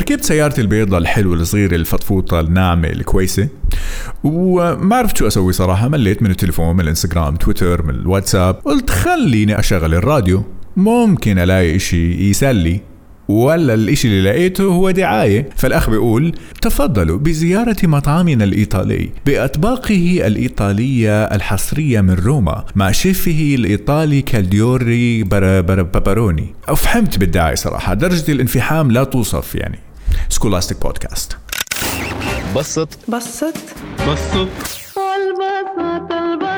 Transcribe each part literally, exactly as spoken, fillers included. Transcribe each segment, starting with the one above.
وركبت سيارتي البيضة الحلوة الصغيرة الفطفوطة الناعمة الكويسة، وما عرفت شو أسوي صراحة. مليت من التليفون، من الانستغرام، تويتر، من الواتساب. قلت خليني أشغل الراديو، ممكن ألاقي إشي يسلي. ولا الإشي اللي لقيته هو دعاية. فالأخ بيقول: تفضلوا بزيارة مطعمنا الإيطالي بأطباقه الإيطالية الحصرية من روما مع شيفه الإيطالي كالديوري باباروني. أفهمت بالدعاية صراحة، درجة الانفحام لا توصف يعني. سكولاستيك بودكاست. بسط بسط بسط البسط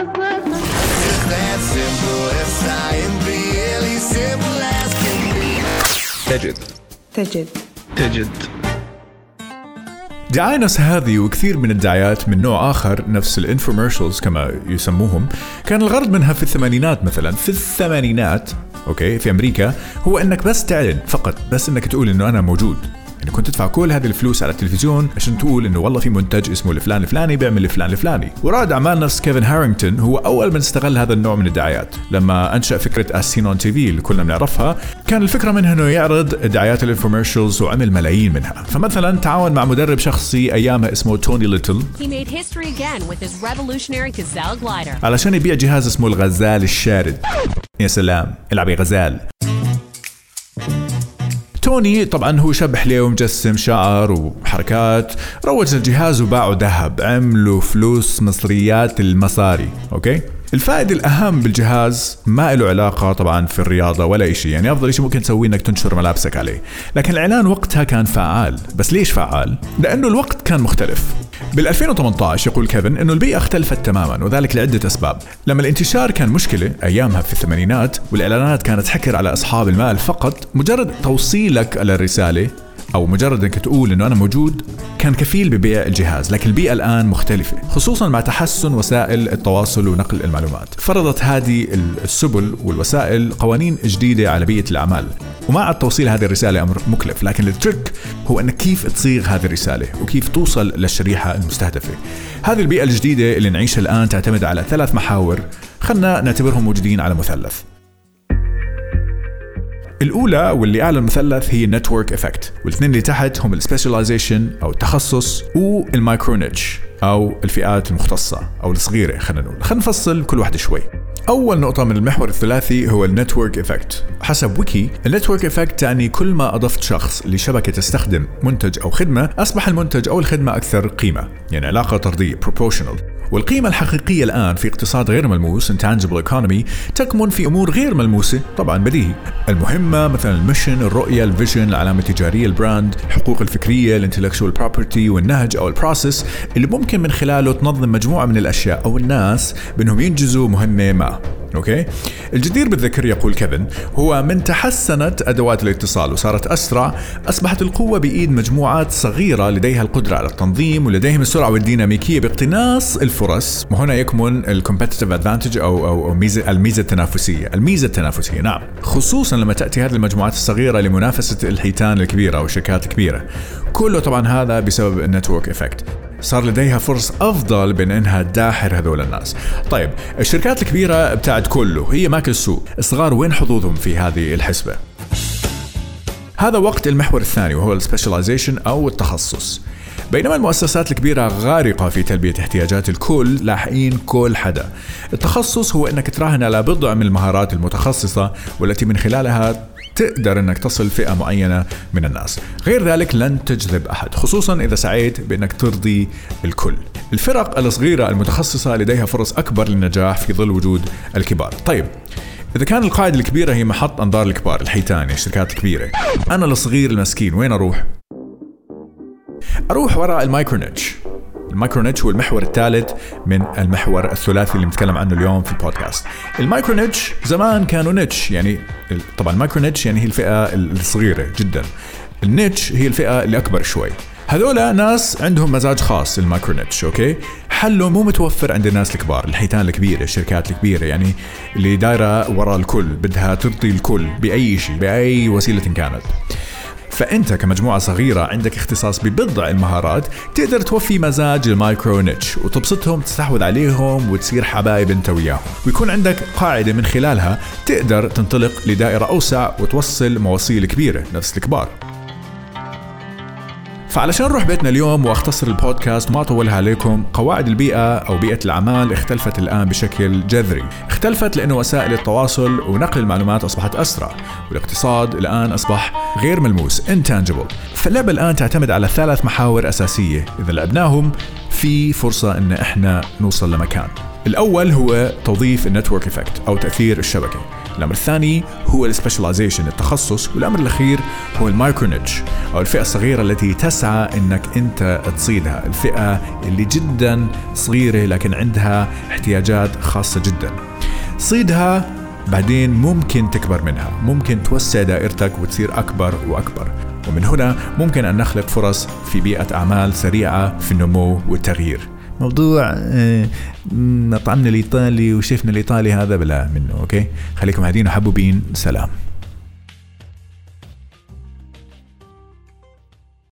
تجد تجد تجد دعاية نفس هذه وكثير من الدعايات من نوع آخر نفس الانفوميرشلز كما يسموهم، كان الغرض منها في الثمانينات مثلا في الثمانينات أوكي في أمريكا هو أنك بس تعلن فقط، بس أنك تقول أنه أنا موجود. يعني كنت تدفع كل هذه الفلوس على التلفزيون عشان تقول إنه والله في منتج اسمه الفلان الفلاني بيعمل الفلان الفلاني. ورائد أعمال نفس كيفن هارينغتون هو أول من استغل هذا النوع من الدعايات لما أنشأ فكرة أس سين أون تي في اللي كلنا بنعرفها. كان الفكرة منها إنه يعرض دعايات الانفوميرشلز وعمل ملايين منها. فمثلا تعاون مع مدرب شخصي أيامها اسمه توني ليتل علشان يبيع جهاز اسمه الغزال الشارد. يا سلام، العب يا غزال. توني طبعا هو شاب حليو ومجسم شعر وحركات، روج الجهاز وباعوا ذهب، عملوا فلوس مصريات المصاري. اوكي، الفائدة الأهم بالجهاز ما له علاقة طبعا في الرياضة ولا إشي، يعني أفضل إشي ممكن تسويه إنك تنشر ملابسك عليه. لكن الإعلان وقتها كان فعال. بس ليش فعال؟ لأنه الوقت كان مختلف. بال2018 يقول كيفن إنه البيئة اختلفت تماما، وذلك لعدة أسباب. لما الانتشار كان مشكلة أيامها في الثمانينات والإعلانات كانت حكر على أصحاب المال فقط، مجرد توصيلك على الرسالة أو مجرد أنك تقول إنه أنا موجود كان كفيل ببيع الجهاز. لكن البيئة الآن مختلفة، خصوصا مع تحسن وسائل التواصل ونقل المعلومات. فرضت هذه السبل والوسائل قوانين جديدة على بيئة الأعمال، ومع التوصيل هذه الرسالة أمر مكلف. لكن التريك هو أنك كيف تصيغ هذه الرسالة وكيف توصل للشريحة المستهدفة. هذه البيئة الجديدة اللي نعيشها الآن تعتمد على ثلاث محاور، خلنا نعتبرهم موجودين على مثلث. الأولى واللي أعلى المثلث هي النتورك إفكت، والاثنين اللي تحت هم السبيشاليزيشن أو التخصص والمايكرو نيتش أو الفئات المختصة أو الصغيرة. خلينا نقول خلينا نفصل كل واحدة شوي. أول نقطة من المحور الثلاثي هو النتورك إفكت. حسب ويكي النتورك إفكت تعني كل ما أضفت شخص لشبكة تستخدم منتج أو خدمة أصبح المنتج أو الخدمة أكثر قيمة، يعني علاقة طردية proportional. والقيمة الحقيقية الآن في اقتصاد غير ملموس intangible economy تكمن في أمور غير ملموسة طبعا بديهي، المهمة مثلا الميشن، الرؤية، الفيجن، العلامة التجارية، البراند، الحقوق الفكرية، الانتلكشوال بروبرتي، والنهج أو البروسيس اللي ممكن من خلاله تنظم مجموعة من الأشياء أو الناس بأنهم ينجزوا مهمة ما. أوكي؟ الجدير بالذكر يقول كيفن هو من تحسنت أدوات الاتصال وصارت أسرع، أصبحت القوة بإيد مجموعات صغيرة لديها القدرة على التنظيم ولديهم السرعة والديناميكية باقتناص الفرص. وهنا يكمن الكومبيتيتيف أدفانتج أو أو, أو ميزة الميزة التنافسية، الميزة التنافسية نعم، خصوصا لما تأتي هذه المجموعات الصغيرة لمنافسة الحيتان الكبيرة أو الشركات الكبيرة. كله طبعا هذا بسبب النتورك إفكت. صار لديها فرص أفضل بين إنها تداحر هذول الناس. طيب الشركات الكبيرة بتاعت كله هي ماكل السوق، الصغار وين حظوظهم في هذه الحسبة؟ هذا وقت المحور الثاني وهو السبيشاليزيشن أو التخصص. بينما المؤسسات الكبيرة غارقة في تلبية احتياجات الكل، لاحقين كل حدا. التخصص هو إنك تراهن على بضع من المهارات المتخصصة والتي من خلالها تقدر انك تصل فئة معينة من الناس. غير ذلك لن تجذب احد، خصوصا اذا سعيت بانك ترضي الكل. الفرق الصغيرة المتخصصة لديها فرص اكبر للنجاح في ظل وجود الكبار. طيب اذا كان القاعدة الكبيرة هي محط انظار الكبار الحيتان الشركات الكبيرة، انا الصغير المسكين وين اروح؟ اروح وراء المايكرو نيتش. المايكرو نيتش هو المحور الثالث من المحور الثلاثي اللي بنتكلم عنه اليوم في البودكاست. المايكرو نيتش زمان كانوا نيتش، يعني طبعا المايكرو نيتش يعني هي الفئة الصغيرة جدا، النيتش هي الفئة اللي أكبر شوي. هذولا ناس عندهم مزاج خاص المايكرو نيتش. أوكي، حله مو متوفر عند الناس الكبار الحيتان الكبيرة الشركات الكبيرة، يعني اللي دايرة وراء الكل بدها ترضي الكل بأي شيء بأي وسيلة كانت. فأنت كمجموعة صغيرة عندك اختصاص ببضع المهارات تقدر توفي مزاج المايكرو نيتش وتبسطهم، تستحوذ عليهم وتصير حبايب انت وياهم، ويكون عندك قاعدة من خلالها تقدر تنطلق لدائرة أوسع وتوصل مواصيل كبيرة نفس الكبار. فعلشان نروح بيتنا اليوم واختصر البودكاست ما أطولها عليكم، قواعد البيئة أو بيئة الأعمال اختلفت الآن بشكل جذري. اختلفت لأنه وسائل التواصل ونقل المعلومات أصبحت أسرع، والاقتصاد الآن أصبح غير ملموس intangible. فاللعبة الآن تعتمد على ثلاث محاور أساسية، إذا لعبناهم في فرصة إن إحنا نوصل لمكان. الأول هو توظيف النتورك إفكت أو تأثير الشبكة. الأمر الثاني هو السبيشاليزيشن التخصص. والأمر الأخير هو المايكرونيتش أو الفئة الصغيرة التي تسعى إنك أنت تصيدها، الفئة اللي جدا صغيرة لكن عندها احتياجات خاصة جدا. صيدها بعدين ممكن تكبر منها، ممكن توسع دائرتك وتصير أكبر وأكبر، ومن هنا ممكن أن نخلق فرص في بيئة أعمال سريعة في النمو والتغيير. موضوع مطعمنا الإيطالي وشيفنا الإيطالي هذا بلا منه. أوكي، خليكم هادين وحبوبين. سلام.